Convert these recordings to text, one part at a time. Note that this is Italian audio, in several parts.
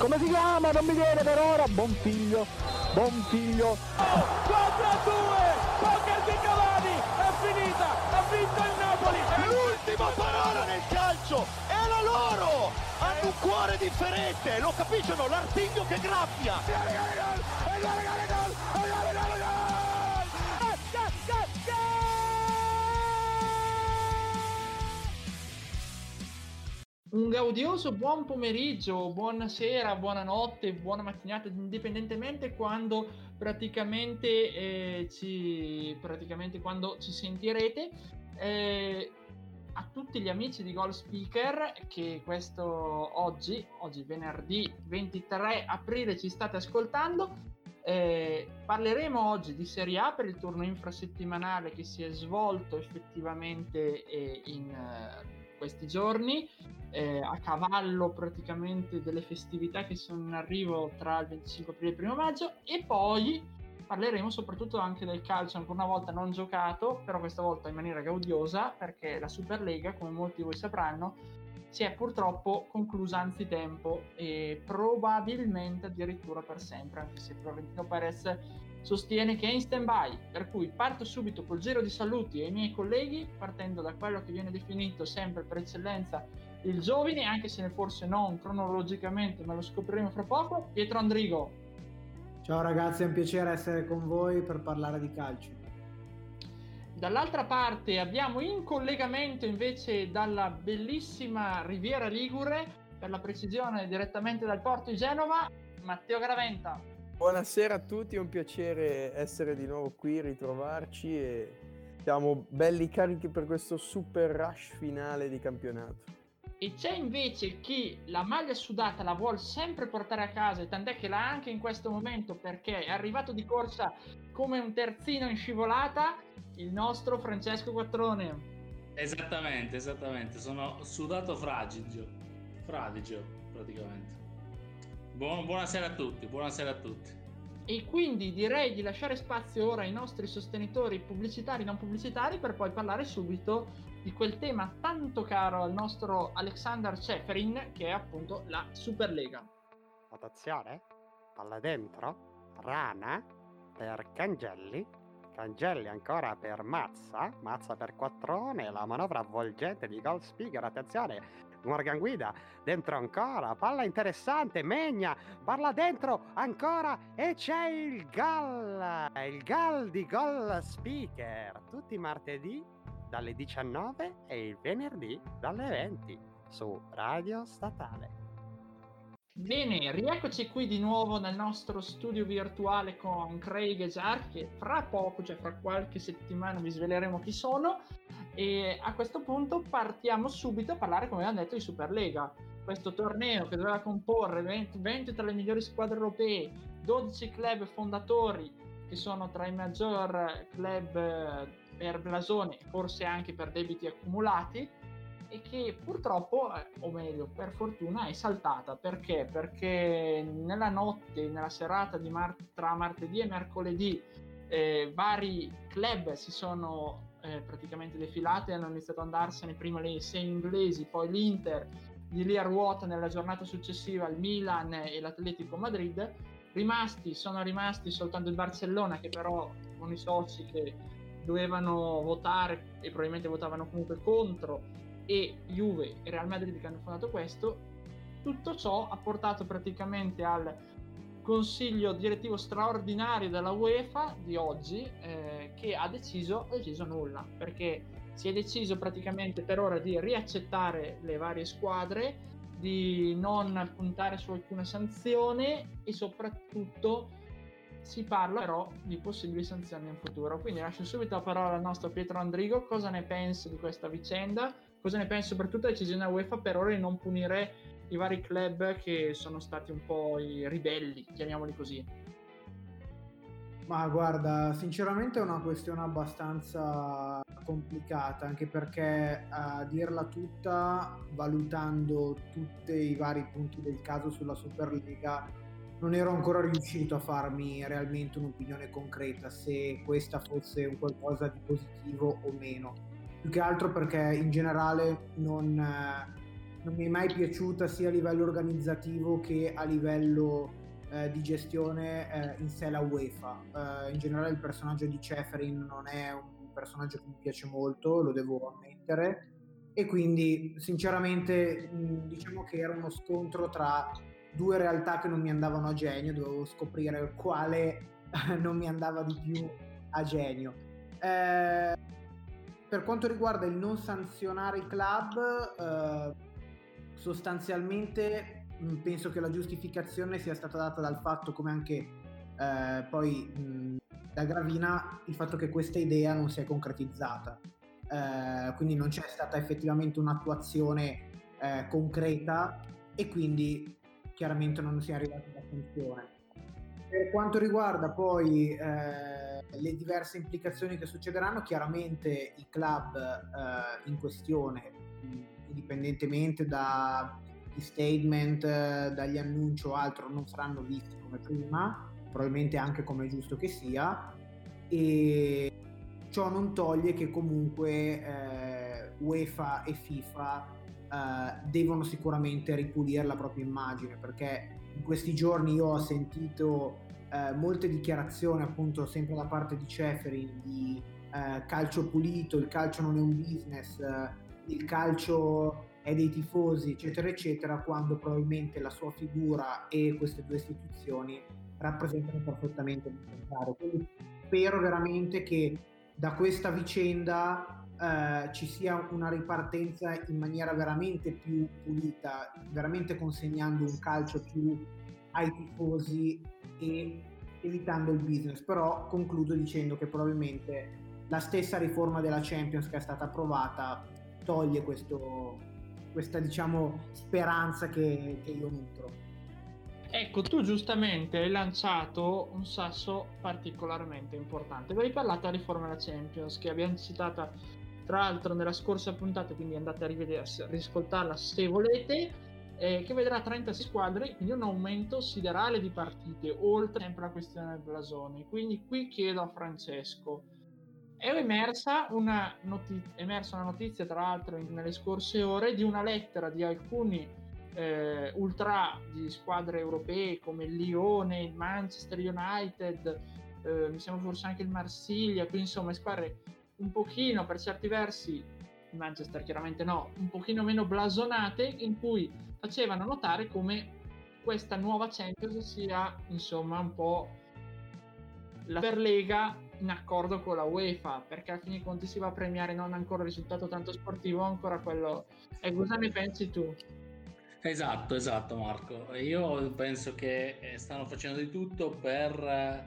come si chiama? Non mi viene per ora. Bonfiglio. 4-2, poker di Cavani, è finita, ha vinto il Napoli. È l'ultima parola nel calcio, è la loro. Hanno un cuore differente, lo capiscono, l'artiglio che graffia. Un gaudioso buon pomeriggio, buonasera, buonanotte, buona mattinata, indipendentemente quando praticamente quando ci sentirete. A tutti gli amici di Goal Speaker che oggi venerdì 23 aprile ci state ascoltando. Parleremo oggi di Serie A per il turno infrasettimanale che si è svolto effettivamente in questi giorni, a cavallo praticamente delle festività che sono in arrivo tra il 25 aprile e il 1 maggio, e poi parleremo soprattutto anche del calcio ancora una volta non giocato, però questa volta in maniera gaudiosa, perché la Superlega, come molti di voi sapranno, si è purtroppo conclusa anzitempo e probabilmente addirittura per sempre, anche se Florentino Perez sostiene che è in stand-by, per cui parto subito col giro di saluti ai miei colleghi, partendo da quello che viene definito sempre per eccellenza il giovine, anche se forse non cronologicamente, ma lo scopriremo fra poco, Pietro Andrigo. Ciao ragazzi, è un piacere essere con voi per parlare di calcio. Dall'altra parte abbiamo in collegamento invece dalla bellissima Riviera Ligure, per la precisione direttamente dal porto di Genova, Matteo Garaventa. Buonasera a tutti, è un piacere essere di nuovo qui, ritrovarci, e siamo belli carichi per questo super rush finale di campionato. E c'è invece chi la maglia sudata la vuol sempre portare a casa, e tant'è che l'ha anche in questo momento perché è arrivato di corsa come un terzino in scivolata, il nostro Francesco Quattrone. Esattamente, sono sudato fradicio praticamente. Buonasera a tutti. E quindi direi di lasciare spazio ora ai nostri sostenitori pubblicitari e non pubblicitari per poi parlare subito di quel tema tanto caro al nostro Alexander Ceferin, che è appunto la Superlega. Attenzione, palla dentro, Rana per Cangelli ancora per Mazza per Quattrone, la manovra avvolgente di Goal Speaker, attenzione, Morgan Guida, dentro ancora, palla interessante, Megna, palla dentro ancora e c'è il gol di Goal Speaker, tutti i martedì dalle 19 e il venerdì dalle 20 su Radio Statale. Bene, rieccoci qui di nuovo nel nostro studio virtuale con Craig e Jark, che fra poco, cioè fra qualche settimana, vi sveleremo chi sono, e a questo punto partiamo subito a parlare, come abbiamo detto, di Superlega, questo torneo che doveva comporre 20 tra le migliori squadre europee, 12 club fondatori che sono tra i maggior club per blasone, forse anche per debiti accumulati, e che purtroppo, o meglio per fortuna, è saltata. Perché? Perché nella serata tra martedì e mercoledì vari club si sono praticamente defilati, hanno iniziato ad andarsene, prima le 6 inglesi, poi l'Inter, di lì a ruota nella giornata successiva il Milan e l'Atletico Madrid. Sono rimasti soltanto il Barcellona, che però con i soci che dovevano votare e probabilmente votavano comunque contro, e Juve e Real Madrid che hanno fondato questo. Tutto ciò ha portato praticamente al consiglio direttivo straordinario della UEFA di oggi, che ha deciso nulla, perché si è deciso praticamente per ora di riaccettare le varie squadre, di non puntare su alcuna sanzione, e soprattutto si parla però di possibili sanzioni in futuro. Quindi lascio subito la parola al nostro Pietro Andrigo. Cosa ne pensa di questa vicenda? Cosa ne pensa soprattutto della decisione della UEFA per ora di non punire i vari club che sono stati un po' i ribelli, chiamiamoli così? Ma guarda, sinceramente è una questione abbastanza complicata, anche perché, a dirla tutta, valutando tutti i vari punti del caso sulla Superlega, non ero ancora riuscito a farmi realmente un'opinione concreta se questa fosse un qualcosa di positivo o meno. Più che altro perché in generale non non mi è mai piaciuta sia a livello organizzativo che a livello di gestione in sé la UEFA. In generale il personaggio di Ceferin non è un personaggio che mi piace molto, lo devo ammettere, e quindi sinceramente diciamo che era uno scontro tra due realtà che non mi andavano a genio, dovevo scoprire quale non mi andava di più a genio. Per quanto riguarda il non sanzionare i club, sostanzialmente penso che la giustificazione sia stata data dal fatto, come anche poi da Gravina, il fatto che questa idea non si è concretizzata, quindi non c'è stata effettivamente un'attuazione concreta e quindi chiaramente non si è arrivati alla sanzione. Per quanto riguarda poi le diverse implicazioni che succederanno, chiaramente i club in questione, indipendentemente dagli statement, dagli annunci o altro, non saranno visti come prima, probabilmente anche come è giusto che sia, e ciò non toglie che comunque UEFA e FIFA devono sicuramente ripulire la propria immagine, perché in questi giorni io ho sentito molte dichiarazioni, appunto sempre da parte di Ceferin, di calcio pulito, il calcio non è un business, il calcio è dei tifosi, eccetera eccetera, quando probabilmente la sua figura e queste due istituzioni rappresentano perfettamente il contrario. Quindi spero veramente che da questa vicenda ci sia una ripartenza in maniera veramente più pulita, veramente consegnando un calcio più ai tifosi e evitando il business. Però concludo dicendo che probabilmente la stessa riforma della Champions che è stata approvata toglie questa diciamo speranza che io nutro. Ecco, tu giustamente hai lanciato un sasso particolarmente importante. Voi parlate della riforma della Champions, che abbiamo citata tra l'altro nella scorsa puntata, quindi andate a riscoltarla se volete, che vedrà 36 squadre, quindi un aumento siderale di partite, oltre sempre la questione del blasone. Quindi qui chiedo a Francesco, è emersa una notizia, tra l'altro nelle scorse ore, di una lettera di alcuni ultra di squadre europee come il Lione, il Manchester United, mi sembra forse anche il Marsiglia, quindi insomma squadre un pochino, per certi versi, il Manchester chiaramente no, un pochino meno blasonate, in cui facevano notare come questa nuova Champions sia insomma un po' la Superlega in accordo con la UEFA, perché alla fine dei conti si va a premiare non ancora il risultato tanto sportivo, ancora quello. E cosa ne pensi tu? Esatto Marco, io penso che stanno facendo di tutto per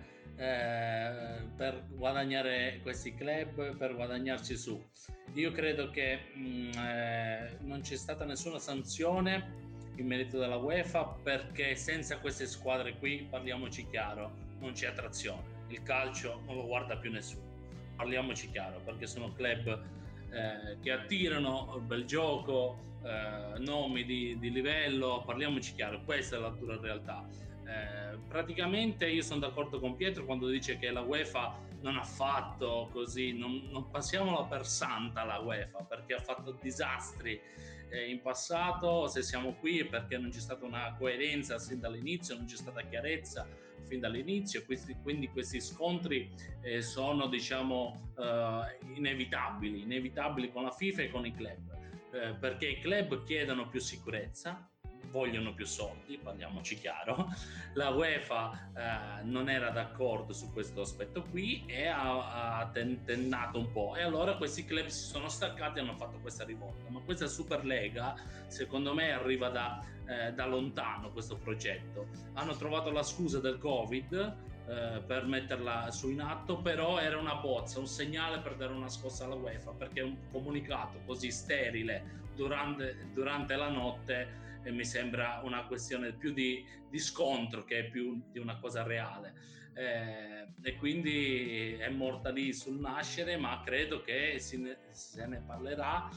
guadagnare questi club, per guadagnarci su. Io credo che non c'è stata nessuna sanzione in merito della UEFA, perché senza queste squadre qui, parliamoci chiaro, non c'è attrazione. Il calcio non lo guarda più nessuno, parliamoci chiaro, perché sono club che attirano bel gioco, nomi di livello, parliamoci chiaro, questa è la dura realtà. Praticamente io sono d'accordo con Pietro quando dice che la UEFA non ha fatto così, non passiamola per santa la UEFA, perché ha fatto disastri in passato. Se siamo qui è perché non c'è stata una coerenza sin dall'inizio, non c'è stata chiarezza fin dall'inizio, quindi questi scontri sono diciamo inevitabili con la FIFA e con i club, perché i club chiedono più sicurezza, vogliono più soldi, parliamoci chiaro. La UEFA non era d'accordo su questo aspetto qui e ha tennato un po', e allora questi club si sono staccati e hanno fatto questa rivolta. Ma questa Superlega secondo me arriva da lontano, questo progetto. Hanno trovato la scusa del Covid per metterla su in atto, però era una bozza, un segnale per dare una scossa alla UEFA, perché un comunicato così sterile durante la notte mi sembra una questione più di scontro che più di una cosa reale, e quindi è morta lì sul nascere, ma credo che se ne parlerà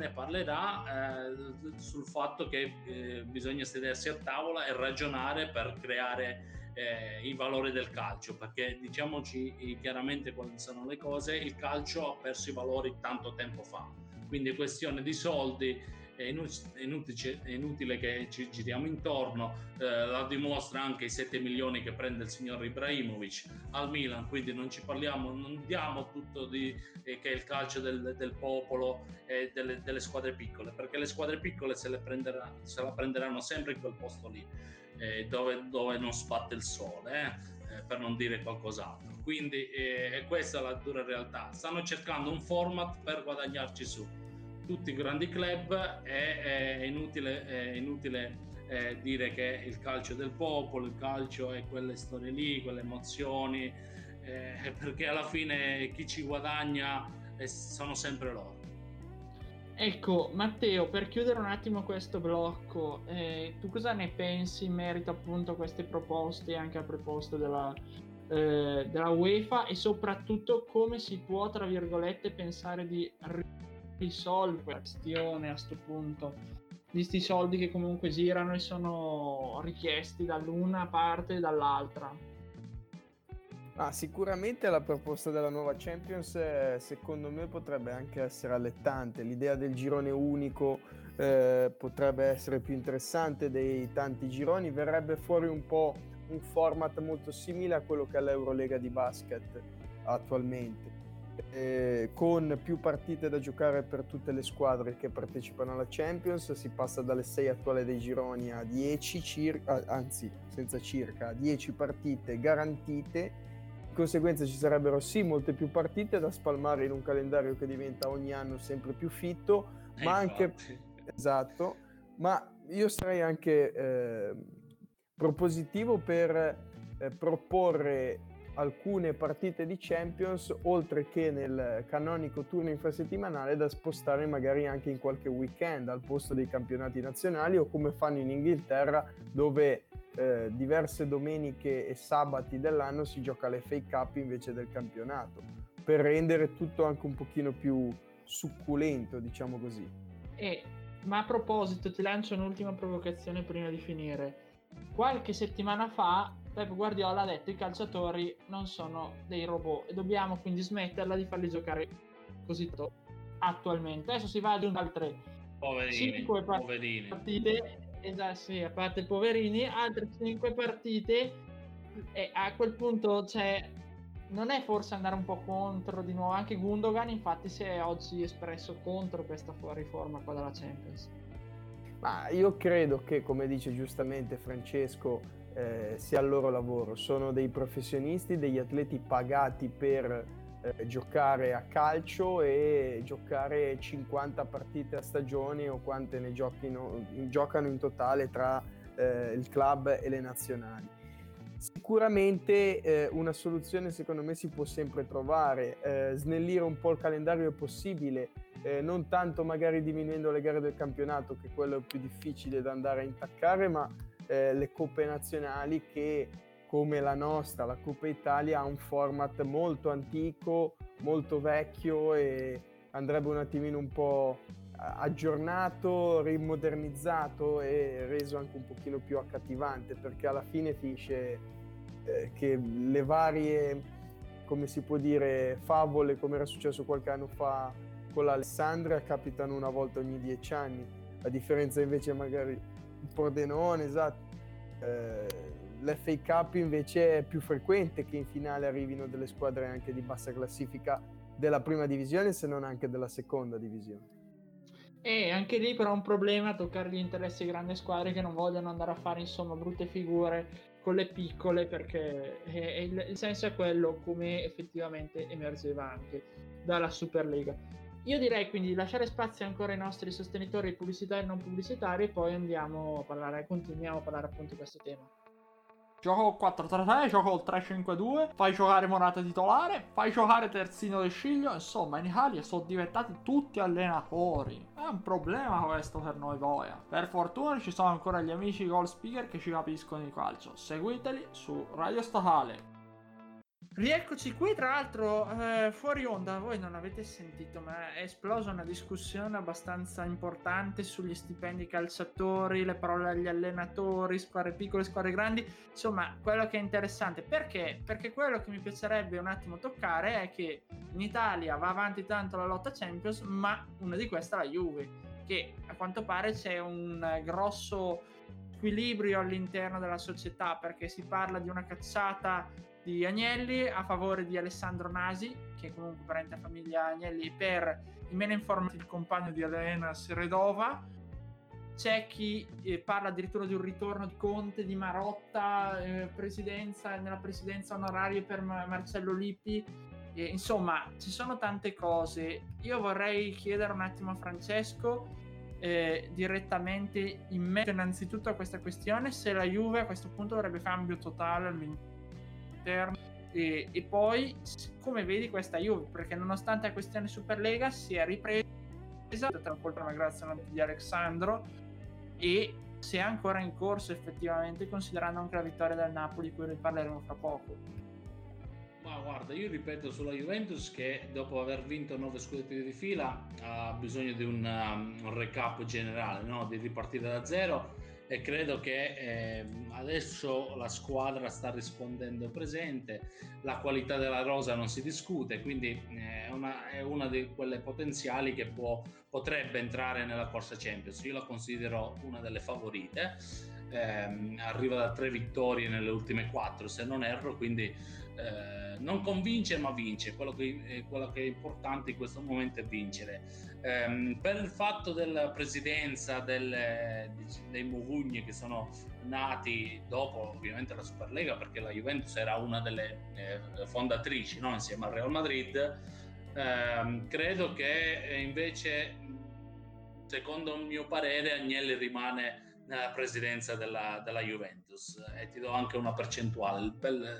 sul fatto che bisogna sedersi a tavola e ragionare per creare i valori del calcio, perché diciamoci chiaramente quali sono le cose: il calcio ha perso i valori tanto tempo fa, quindi è questione di soldi è inutile che ci giriamo intorno, la dimostra anche i 7 milioni che prende il signor Ibrahimovic al Milan, quindi non diamo tutto che è il calcio del popolo e delle squadre piccole, perché le squadre piccole se la prenderanno sempre in quel posto lì, dove non sbatte il sole, per non dire qualcos'altro. Quindi questa è la dura realtà. Stanno cercando un format per guadagnarci su tutti i grandi club. È inutile dire che il calcio del popolo, il calcio è quelle storie lì, quelle emozioni, perché alla fine chi ci guadagna sono sempre loro. Ecco, Matteo, per chiudere un attimo questo blocco, tu cosa ne pensi in merito appunto a queste proposte, anche a proposte della UEFA, e soprattutto come si può, tra virgolette, pensare di risolvere la questione a sto punto di sti soldi che comunque girano e sono richiesti dall'una parte e dall'altra? Sicuramente la proposta della nuova Champions secondo me potrebbe anche essere allettante. L'idea del girone unico potrebbe essere più interessante dei tanti gironi. Verrebbe fuori un po' un format molto simile a quello che è l'Eurolega di basket attualmente, con più partite da giocare per tutte le squadre che partecipano alla Champions. Si passa dalle 6 attuali dei gironi a 10 a 10 partite garantite. Di conseguenza ci sarebbero sì molte più partite da spalmare in un calendario che diventa ogni anno sempre più fitto, ma anche esatto, ma io sarei anche propositivo per proporre alcune partite di Champions, oltre che nel canonico turno infrasettimanale, da spostare magari anche in qualche weekend al posto dei campionati nazionali, o come fanno in Inghilterra, dove diverse domeniche e sabati dell'anno si gioca l'FA Cup invece del campionato, per rendere tutto anche un pochino più succulento, diciamo così. Ma a proposito, ti lancio un'ultima provocazione prima di finire. Qualche settimana fa Pep Guardiola ha detto: i calciatori non sono dei robot e dobbiamo quindi smetterla di farli giocare così attualmente. Adesso si va ad aggiungere altre poverini. Partite, esatto, sì, a parte i poverini, altre 5 partite, e a quel punto non è forse andare un po' contro di nuovo? Anche Gundogan infatti si è oggi espresso contro questa riforma qua della Champions. Ma io credo che, come dice giustamente Francesco, sia il loro lavoro. Sono dei professionisti, degli atleti pagati per giocare a calcio e giocare 50 partite a stagione o quante ne giocano in totale tra il club e le nazionali. Sicuramente una soluzione secondo me si può sempre trovare. Snellire un po' il calendario è possibile, non tanto magari diminuendo le gare del campionato, che quello è più difficile da andare a intaccare, ma le coppe nazionali, che come la nostra, la Coppa Italia, ha un format molto antico, molto vecchio, e andrebbe un attimino un po' aggiornato, rimodernizzato e reso anche un pochino più accattivante, perché alla fine finisce che le varie, come si può dire, favole, come era successo qualche anno fa con l'Alessandria, capitano una volta ogni 10 anni, a differenza invece magari il Pordenone, esatto. L'FA Cup invece è più frequente che in finale arrivino delle squadre anche di bassa classifica della prima divisione, se non anche della seconda divisione. E anche lì però è un problema toccare gli interessi di grandi squadre che non vogliono andare a fare insomma brutte figure con le piccole, perché il senso è quello, come effettivamente emergeva anche dalla Superlega. Io direi quindi di lasciare spazio ancora ai nostri sostenitori pubblicitari e non pubblicitari, e poi continuiamo a parlare appunto di questo tema. Gioco 4-3-3, gioco il 3-5-2, fai giocare Morata titolare, fai giocare Terzino del Sciglio, insomma in Italia sono diventati tutti allenatori. È un problema questo per noi boia. Per fortuna ci sono ancora gli amici Goal Speaker che ci capiscono di calcio. Seguiteli su Radio Statale. Rieccoci qui, tra l'altro fuori onda, voi non avete sentito, ma è esplosa una discussione abbastanza importante sugli stipendi calciatori, le parole agli allenatori, squadre piccole, squadre grandi, insomma quello che è interessante. Perché? Perché quello che mi piacerebbe un attimo toccare è che in Italia va avanti tanto la lotta Champions, ma una di queste è la Juve, che a quanto pare c'è un grosso squilibrio all'interno della società, perché si parla di una cacciata di Agnelli a favore di Alessandro Nasi, che è comunque parente a famiglia Agnelli, per i meno informati il compagno di Elena Seredova. C'è chi parla addirittura di un ritorno di Conte, di Marotta, nella presidenza onoraria per Marcello Lippi. Insomma, ci sono tante cose. Io vorrei chiedere un attimo a Francesco direttamente in merito innanzitutto a questa questione, se la Juve a questo punto dovrebbe cambio totale all'interno e poi come vedi questa Juve, perché nonostante la questione Superlega si è ripresa tra colpa grazie di Alexandro, e se è ancora in corso effettivamente, considerando anche la vittoria del Napoli, di cui riparleremo fra poco. Ma guarda, io ripeto sulla Juventus che dopo aver vinto 9 scudetti di fila ha bisogno di un recap generale, no? Di ripartire da zero, e credo che adesso la squadra sta rispondendo presente, la qualità della rosa non si discute, quindi è una di quelle potenziali che potrebbe entrare nella corsa Champions. Io la considero una delle favorite, arriva da 3 vittorie nelle ultime 4 se non erro, quindi non convince ma vince. Quello che è importante in questo momento è vincere. Per il fatto della presidenza dei Mouvouni che sono nati dopo ovviamente la Superlega, perché la Juventus era una delle fondatrici, no? Insieme al Real Madrid, credo che invece, secondo il mio parere, Agnelli rimane nella presidenza della Juventus, e ti do anche una percentuale, il bel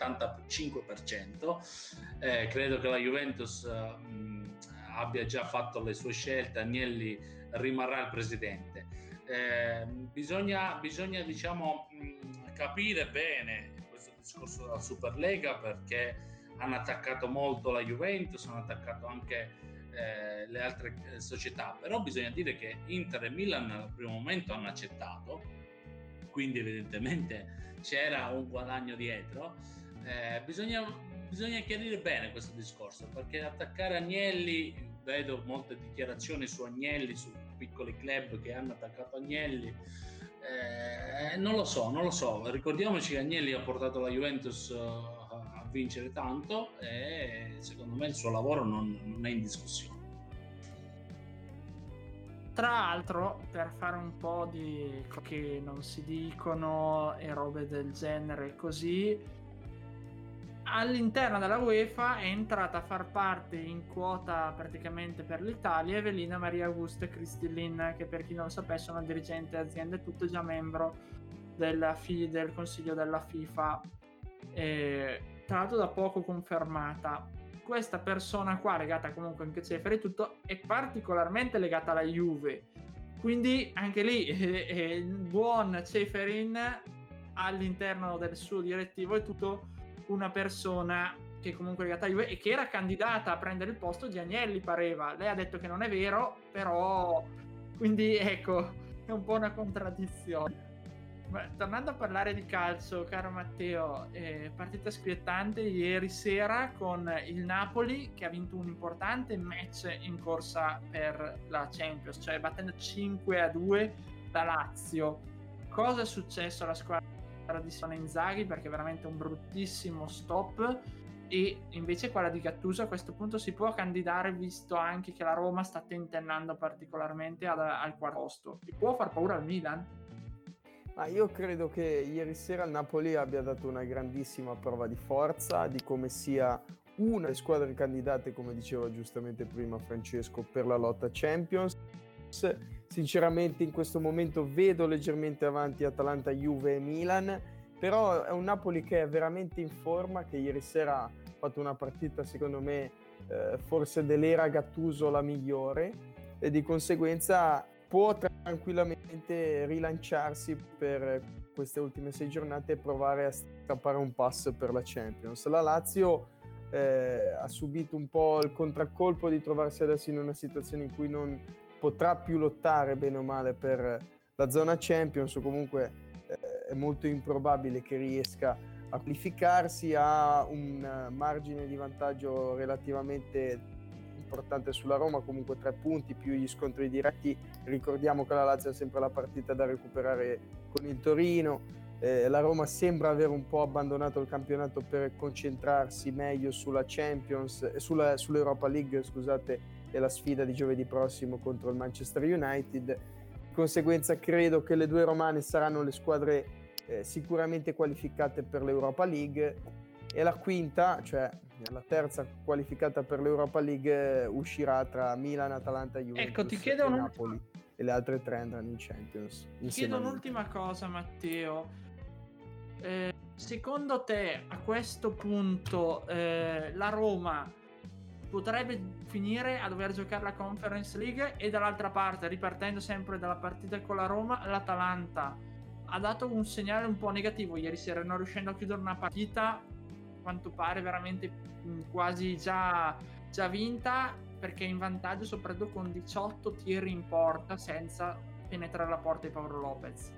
75%. Credo che la Juventus abbia già fatto le sue scelte, Agnelli rimarrà il presidente. Bisogna diciamo capire bene questo discorso della Superlega, perché hanno attaccato molto la Juventus, hanno attaccato anche le altre società, però bisogna dire che Inter e Milan al primo momento hanno accettato, quindi evidentemente c'era un guadagno dietro. Bisogna chiarire bene questo discorso, perché attaccare Agnelli, vedo molte dichiarazioni su Agnelli, su piccoli club che hanno attaccato Agnelli, non lo so, ricordiamoci che Agnelli ha portato la Juventus a vincere tanto, e secondo me il suo lavoro non è in discussione. Tra l'altro, per fare un po' di che non si dicono e robe del genere così, all'interno della UEFA è entrata a far parte in quota praticamente per l'Italia Evelina Maria Augusta Cristilin, che per chi non lo sapesse sono dirigente azienda e tutto, già membro del Consiglio della FIFA, tra l'altro da poco confermata. Questa persona qua, legata comunque anche a Ceferin e tutto, è particolarmente legata alla Juve, quindi anche lì il buon Ceferin all'interno del suo direttivo è tutto una persona che comunque è legata alla Juve e che era candidata a prendere il posto di Agnelli, pareva. Lei ha detto che non è vero, però quindi ecco, è un po' una contraddizione. Ma tornando a parlare di calcio, caro Matteo, partita squiettante ieri sera con il Napoli che ha vinto un importante match in corsa per la Champions, cioè battendo 5-2 la Lazio. Cosa è successo alla squadra di Simone Inzaghi? Perché è veramente un bruttissimo stop, e invece quella di Gattuso a questo punto si può candidare, visto anche che la Roma sta tentennando particolarmente al quarto posto, e può far paura al Milan? Io credo che ieri sera il Napoli abbia dato una grandissima prova di forza, di come sia una delle squadre candidate, come diceva giustamente prima Francesco, per la lotta Champions. Sinceramente in questo momento vedo leggermente avanti Atalanta, Juve e Milan, però è un Napoli che è veramente in forma, che ieri sera ha fatto una partita secondo me forse dell'era Gattuso la migliore, e di conseguenza può tranquillamente rilanciarsi per queste ultime 6 giornate e provare a strappare un pass per la Champions. La Lazio ha subito un po' il contraccolpo di trovarsi adesso in una situazione in cui non potrà più lottare bene o male per la zona Champions, o comunque è molto improbabile che riesca a qualificarsi. Ha un margine di vantaggio relativamente importante sulla Roma, comunque 3 punti più gli scontri diretti. Ricordiamo che la Lazio ha sempre la partita da recuperare con il Torino. La Roma sembra aver un po' abbandonato il campionato per concentrarsi meglio sulla Champions, sull'Europa League, scusate, e la sfida di giovedì prossimo contro il Manchester United. Di conseguenza credo che le 2 romane saranno le squadre sicuramente qualificate per l'Europa League, e la quinta, cioè la terza qualificata per l'Europa League, uscirà tra Milan, Atalanta, Juventus e Napoli, e le altre 3 andranno in Champions. Ti chiedo un'ultima cosa, Matteo. Secondo te a questo punto la Roma potrebbe finire a dover giocare la Conference League, e dall'altra parte, ripartendo sempre dalla partita con la Roma, l'Atalanta ha dato un segnale un po' negativo ieri sera, non riuscendo a chiudere una partita a quanto pare veramente quasi già vinta, perché in vantaggio soprattutto con 18 tiri in porta senza penetrare la porta di Paolo Lopez.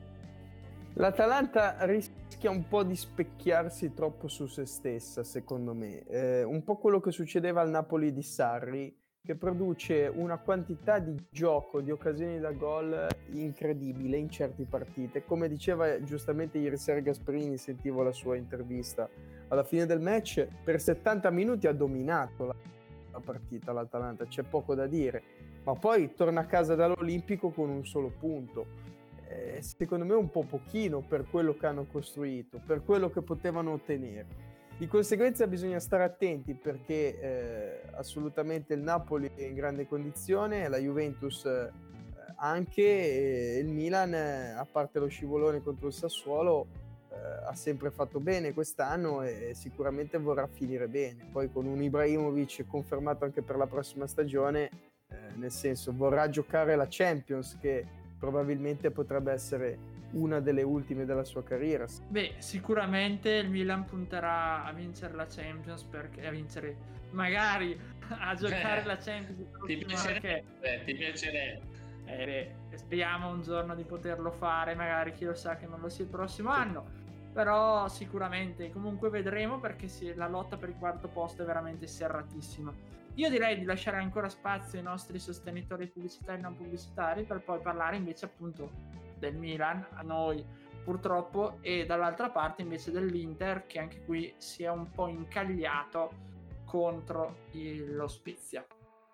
L'Atalanta rischia un po' di specchiarsi troppo su se stessa, secondo me. Un po' quello che succedeva al Napoli di Sarri, che produce una quantità di gioco, di occasioni da gol incredibile in certe partite. Come diceva giustamente ieri sera Gasperini, sentivo la sua intervista alla fine del match, per 70 minuti ha dominato la partita l'Atalanta, c'è poco da dire, ma poi torna a casa dall'Olimpico con un solo punto. Secondo me un po' pochino per quello che hanno costruito, per quello che potevano ottenere. Di conseguenza bisogna stare attenti, perché assolutamente il Napoli è in grande condizione, la Juventus anche, e il Milan, a parte lo scivolone contro il Sassuolo, ha sempre fatto bene quest'anno e sicuramente vorrà finire bene. Poi con un Ibrahimovic confermato anche per la prossima stagione, nel senso vorrà giocare la Champions, che probabilmente potrebbe essere una delle ultime della sua carriera. Beh, sicuramente il Milan punterà a vincere la Champions, perché a vincere, magari a giocare la Champions. Ti piacerebbe. Speriamo un giorno di poterlo fare, magari, chi lo sa che non lo sia il prossimo anno, però sicuramente comunque vedremo, perché la lotta per il quarto posto è veramente serratissima. Io direi di lasciare ancora spazio ai nostri sostenitori pubblicitari e non pubblicitari, per poi parlare invece appunto del Milan, a noi purtroppo, e dall'altra parte invece dell'Inter, che anche qui si è un po' incagliato contro lo Spezia.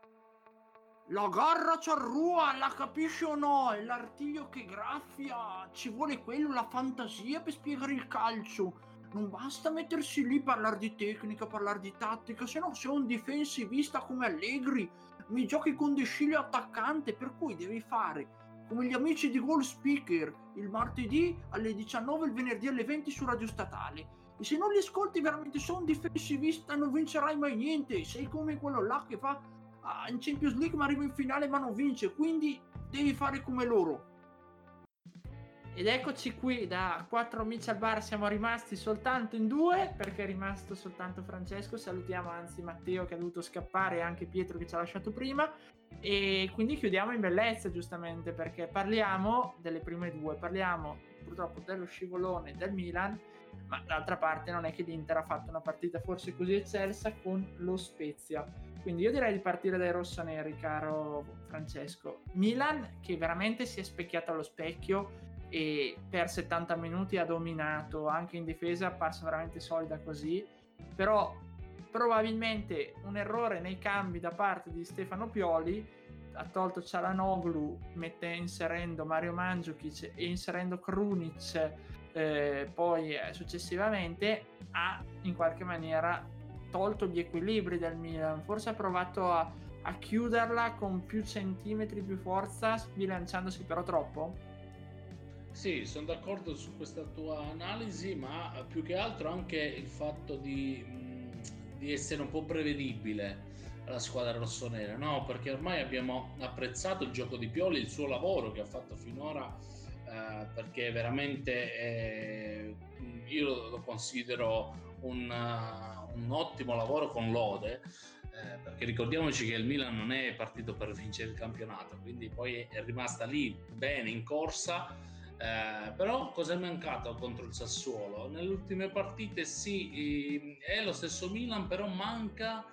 La garra c'arrua, la capisci o no? È l'artiglio che graffia, ci vuole quello, la fantasia per spiegare il calcio. Non basta mettersi lì, parlare di tecnica, parlare di tattica, se no sei un difensivista come Allegri, mi giochi con De Sciglio attaccante, per cui devi fare come gli amici di Goal Speaker, il martedì alle 19, il venerdì alle 20 su Radio Statale. E se non li ascolti veramente sei un difensivista, non vincerai mai niente, sei come quello là che fa in Champions League ma arriva in finale ma non vince, quindi devi fare come loro. Ed eccoci qui, da 4 amici al bar siamo rimasti soltanto in 2, perché è rimasto soltanto Francesco. Salutiamo anzi Matteo che ha dovuto scappare, e anche Pietro che ci ha lasciato prima, e quindi chiudiamo in bellezza, giustamente, perché parliamo delle prime 2, parliamo purtroppo dello scivolone del Milan, ma d'altra parte non è che l'Inter ha fatto una partita forse così eccelsa con lo Spezia. Quindi io direi di partire dai rossoneri, caro Francesco. Milan che veramente si è specchiato allo specchio e per 70 minuti ha dominato, anche in difesa è apparsa veramente solida così, però probabilmente un errore nei cambi da parte di Stefano Pioli, ha tolto Çalhanoğlu inserendo Mario Mandžukić e inserendo Krunic poi successivamente, ha in qualche maniera tolto gli equilibri del Milan, forse ha provato a chiuderla con più centimetri, più forza, sbilanciandosi però troppo. Sì, sono d'accordo su questa tua analisi, ma più che altro anche il fatto di essere un po' prevedibile la squadra rossonera, no? Perché ormai abbiamo apprezzato il gioco di Pioli, il suo lavoro che ha fatto finora perché veramente io lo considero un ottimo lavoro con lode, perché ricordiamoci che il Milan non è partito per vincere il campionato, quindi poi è rimasta lì bene in corsa. Però cosa è mancato contro il Sassuolo? Nelle ultime partite sì, è lo stesso Milan, però manca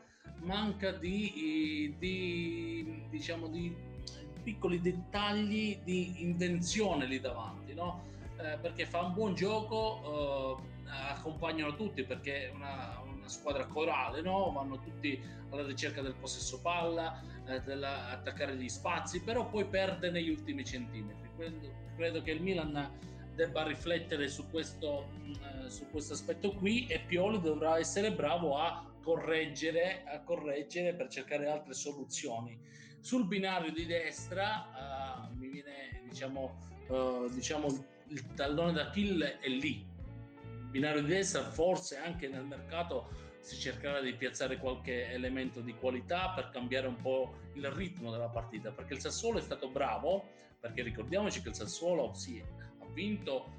di diciamo di piccoli dettagli di invenzione lì davanti, no? Perché fa un buon gioco, accompagnano tutti, perché è una squadra corale, no? Vanno tutti alla ricerca del possesso palla, attaccare gli spazi, però poi perde negli ultimi centimetri. Credo che il Milan debba riflettere su questo aspetto qui, e Pioli dovrà essere bravo a correggere per cercare altre soluzioni. Sul binario di destra mi viene diciamo il tallone d'Achille è lì. Binario di destra, forse anche nel mercato si cercherà di piazzare qualche elemento di qualità per cambiare un po' il ritmo della partita, perché il Sassuolo è stato bravo, perché ricordiamoci che il Sassuolo ha vinto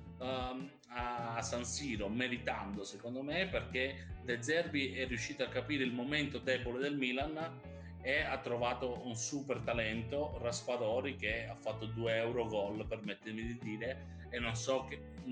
a San Siro, meritando secondo me, perché De Zerbi è riuscito a capire il momento debole del Milan e ha trovato un super talento, Raspadori, che ha fatto 2 euro gol, permettetemi di dire, e non so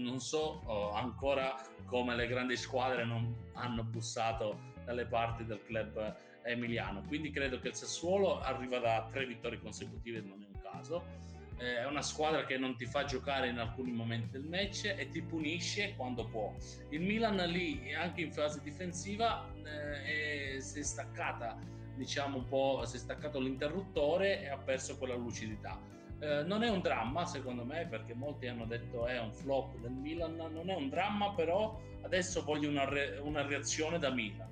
ancora come le grandi squadre non hanno bussato dalle parti del club emiliano. Quindi credo che il Sassuolo arriva da 3 vittorie consecutive, non è un caso, è una squadra che non ti fa giocare in alcuni momenti del match e ti punisce quando può. Il Milan lì, anche in fase difensiva, si è staccata, diciamo un po', si è staccato l'interruttore e ha perso quella lucidità. Non è un dramma secondo me, perché molti hanno detto è un flop del Milan, non è un dramma, però adesso voglio una reazione da Milan.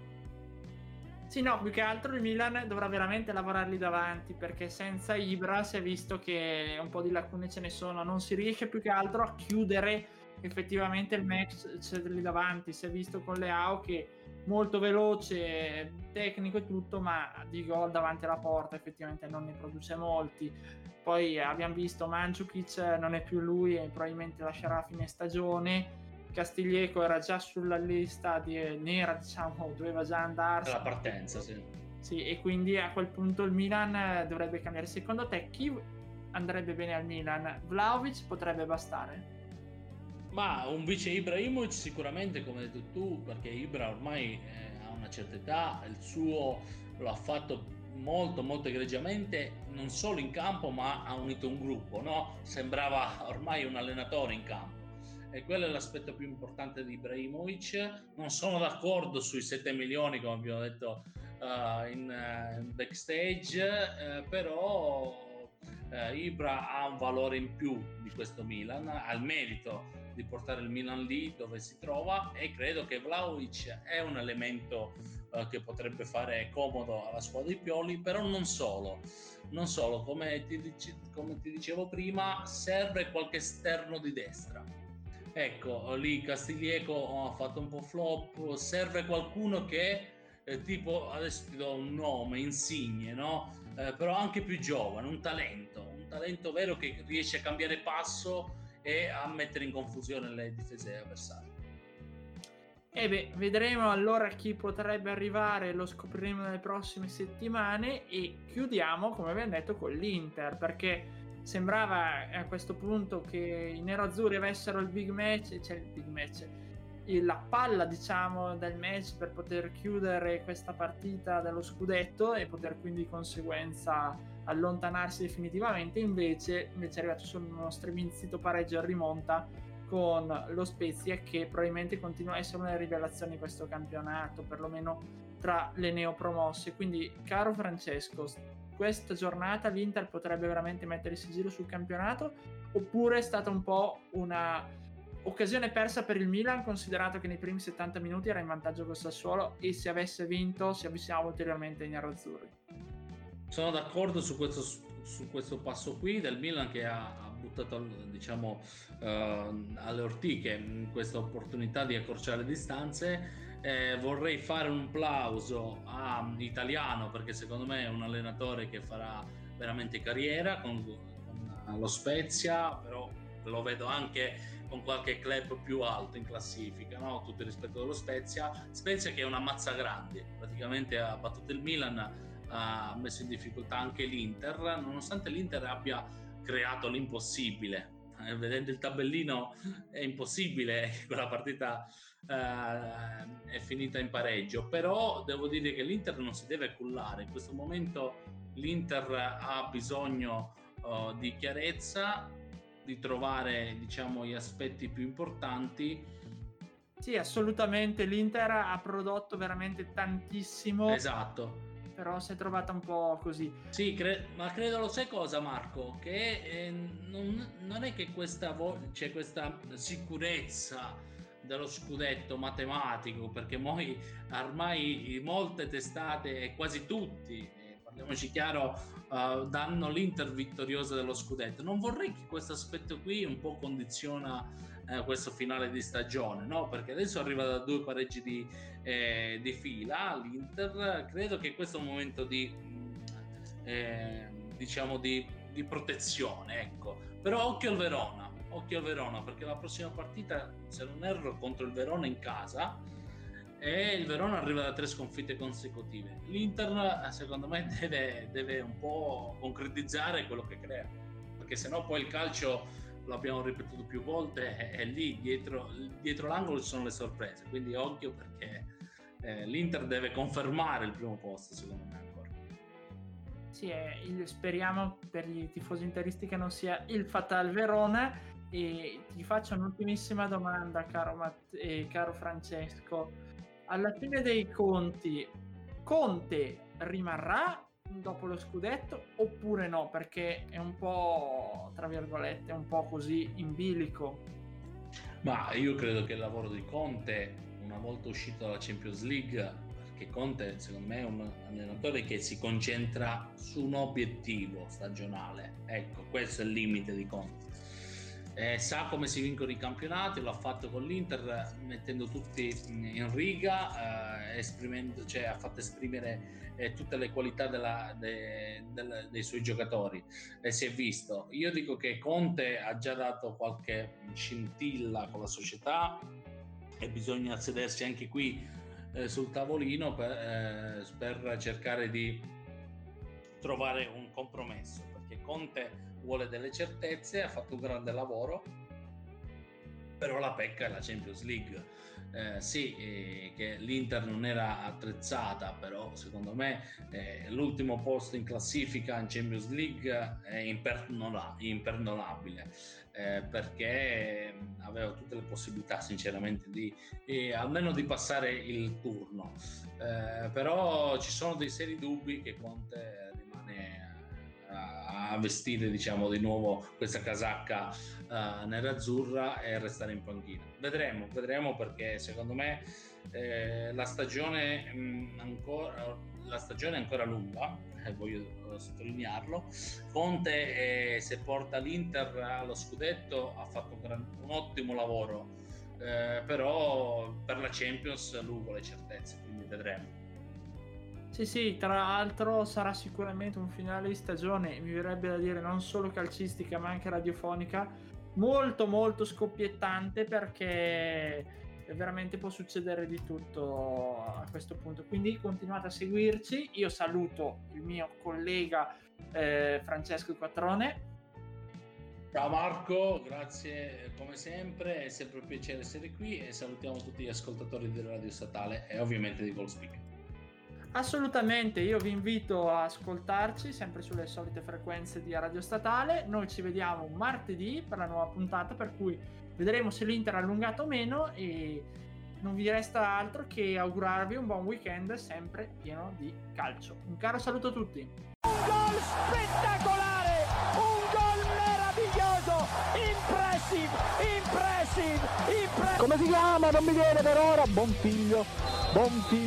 Sì, no, più che altro il Milan dovrà veramente lavorare lì davanti, perché senza Ibra si è visto che un po' di lacune ce ne sono, non si riesce più che altro a chiudere effettivamente il match lì davanti. Si è visto con Leao che molto veloce, tecnico e tutto, ma di gol davanti alla porta effettivamente non ne produce molti. Poi abbiamo visto Mandzukic non è più lui e probabilmente lascerà a fine stagione. Castiglieco era già sulla lista nera, diciamo, doveva già andarsene. La partenza, sì. Sì, e quindi a quel punto il Milan dovrebbe cambiare. Secondo te chi andrebbe bene al Milan? Vlahovic potrebbe bastare? Ma un vice Ibrahimovic sicuramente, come hai detto tu, perché Ibra ormai ha una certa età, il suo lo ha fatto molto molto egregiamente, non solo in campo, ma ha unito un gruppo, no? Sembrava ormai un allenatore in campo, e quello è l'aspetto più importante di Ibrahimovic. Non sono d'accordo sui 7 milioni, come abbiamo detto in backstage, però Ibra ha un valore in più di questo Milan, ha il merito di portare il Milan lì dove si trova, e credo che Vlahovic è un elemento che potrebbe fare comodo alla squadra di Pioli. Però non solo, come ti dicevo prima, serve qualche esterno di destra. Ecco, lì Castiglieco ha fatto un po' flop, serve qualcuno che tipo, adesso ti do un nome, Insigne, no? Però anche più giovane, un talento vero, che riesce a cambiare passo e a mettere in confusione le difese avversarie. Vedremo allora chi potrebbe arrivare, lo scopriremo nelle prossime settimane, e chiudiamo, come abbiamo detto, con l'Inter, perché sembrava a questo punto che i nerazzurri avessero il big match, la palla, diciamo, del match per poter chiudere questa partita dello scudetto e poter quindi di conseguenza allontanarsi definitivamente. Invece è arrivato solo uno striminzito pareggio in rimonta con lo Spezia, che probabilmente continua a essere una delle rivelazioni di questo campionato, perlomeno tra le neopromosse. Quindi, caro Francesco, questa giornata l'Inter potrebbe veramente mettere il sigillo sul campionato, oppure è stata un po' una occasione persa per il Milan, considerato che nei primi 70 minuti era in vantaggio col Sassuolo e se avesse vinto si avvicinava ulteriormente ai nerazzurri? Sono d'accordo su questo passo qui del Milan, che ha buttato, diciamo, alle ortiche questa opportunità di accorciare le distanze. Vorrei fare un plauso a Italiano, perché secondo me è un allenatore che farà veramente carriera con lo Spezia, però lo vedo anche con qualche club più alto in classifica, no? Tutto il rispetto dello Spezia che è una mazza grande, praticamente ha battuto il Milan, ha messo in difficoltà anche l'Inter, nonostante l'Inter abbia creato l'impossibile. Vedendo il tabellino è impossibile, quella partita è finita in pareggio, però devo dire che l'Inter non si deve cullare. In questo momento l'Inter ha bisogno di chiarezza, di trovare, diciamo, gli aspetti più importanti. Sì, assolutamente, l'Inter ha prodotto veramente tantissimo. Esatto. Però si è trovata un po' così. Sì, ma credo, lo sai cosa, Marco? Che non è che c'è questa sicurezza dello scudetto matematico, perché ormai molte testate e quasi tutti, parliamoci chiaro, danno l'Inter vittoriosa dello scudetto. Non vorrei che questo aspetto qui un po' condiziona questo finale di stagione, no? Perché adesso arriva da 2 pareggi di fila l'Inter. Credo che questo è un momento di diciamo di protezione, ecco. Però occhio al Verona, perché la prossima partita, se non erro, contro il Verona in casa, e il Verona arriva da 3 sconfitte consecutive. L'Inter, secondo me, deve un po' concretizzare quello che crea, perché sennò poi il calcio, l'abbiamo ripetuto più volte, è lì dietro l'angolo ci sono le sorprese, quindi occhio, perché l'Inter deve confermare il primo posto, secondo me, ancora. Sì, speriamo per i tifosi interisti che non sia il fatal Verona. E ti faccio un'ultimissima domanda, caro Francesco. Alla fine dei conti, Conte rimarrà dopo lo scudetto oppure no? Perché è un po', tra virgolette, un po' così in bilico. Ma io credo che il lavoro di Conte, una volta uscito dalla Champions League, perché Conte secondo me è un allenatore che si concentra su un obiettivo stagionale, ecco, questo è il limite di Conte. Sa come si vincono i campionati, l'ha fatto con l'Inter, mettendo tutti in riga, ha fatto esprimere tutte le qualità dei suoi giocatori, e si è visto. Io dico che Conte ha già dato qualche scintilla con la società e bisogna sedersi anche qui sul tavolino per cercare di trovare un compromesso, perché Conte vuole delle certezze, ha fatto un grande lavoro, però la pecca è la Champions League. Che l'Inter non era attrezzata, però secondo me l'ultimo posto in classifica in Champions League è imperdonabile, perché aveva tutte le possibilità sinceramente di almeno di passare il turno, però ci sono dei seri dubbi che Conte rimane a vestire, diciamo, di nuovo questa casacca nerazzurra e restare in panchina. Vedremo, perché secondo me la stagione è ancora lunga, voglio sottolinearlo. Conte, se porta l'Inter allo scudetto, ha fatto un ottimo lavoro, però per la Champions lui vuole certezze, quindi vedremo. Sì, tra l'altro sarà sicuramente un finale di stagione, mi verrebbe da dire non solo calcistica ma anche radiofonica, molto molto scoppiettante, perché veramente può succedere di tutto a questo punto. Quindi continuate a seguirci. Io saluto il mio collega Francesco Quattrone. Ciao Marco, grazie come sempre, è sempre un piacere essere qui, e salutiamo tutti gli ascoltatori di Radio Statale e ovviamente di GoalSpeak. Assolutamente, io vi invito a ascoltarci sempre sulle solite frequenze di Radio Statale. Noi ci vediamo martedì per la nuova puntata, per cui vedremo se l'Inter ha allungato o meno, e non vi resta altro che augurarvi un buon weekend sempre pieno di calcio. Un caro saluto a tutti. Un gol spettacolare, un gol meraviglioso, impressive. Come si chiama? Non mi viene per ora. Buon figlio. 4-2,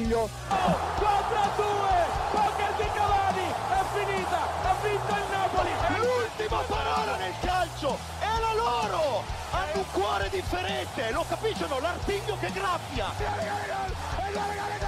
poker di Cavani, è finita, ha vinto il Napoli. L'ultima parola nel calcio è la loro. Hanno un cuore differente, lo capiscono? L'artiglio che graffia.